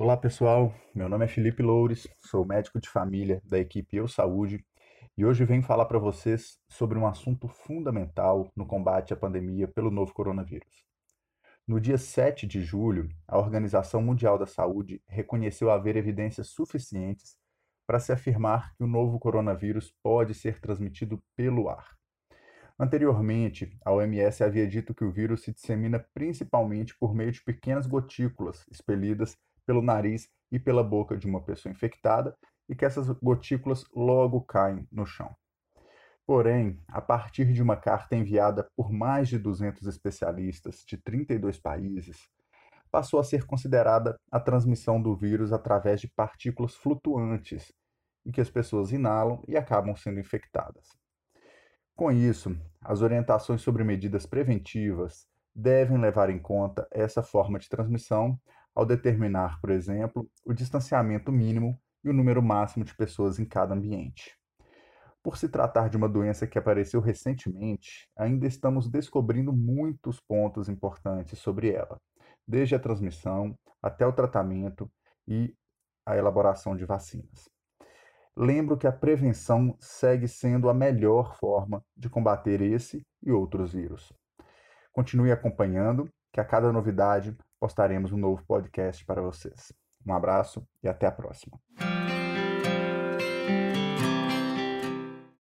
Olá pessoal, meu nome é Felipe Loures, sou médico de família da equipe Eu Saúde e hoje venho falar para vocês sobre um assunto fundamental no combate à pandemia pelo novo coronavírus. No dia 7 de julho, a Organização Mundial da Saúde reconheceu haver evidências suficientes para se afirmar que o novo coronavírus pode ser transmitido pelo ar. Anteriormente, a OMS havia dito que o vírus se dissemina principalmente por meio de pequenas gotículas expelidas pelo nariz e pela boca de uma pessoa infectada e que essas gotículas logo caem no chão. Porém, a partir de uma carta enviada por mais de 200 especialistas de 32 países, passou a ser considerada a transmissão do vírus através de partículas flutuantes e que as pessoas inalam e acabam sendo infectadas. Com isso, as orientações sobre medidas preventivas devem levar em conta essa forma de transmissão ao determinar, por exemplo, o distanciamento mínimo e o número máximo de pessoas em cada ambiente. Por se tratar de uma doença que apareceu recentemente, ainda estamos descobrindo muitos pontos importantes sobre ela, desde a transmissão até o tratamento e a elaboração de vacinas. Lembro que a prevenção segue sendo a melhor forma de combater esse e outros vírus. Continue acompanhando, que a cada novidade postaremos um novo podcast para vocês. Um abraço e até a próxima.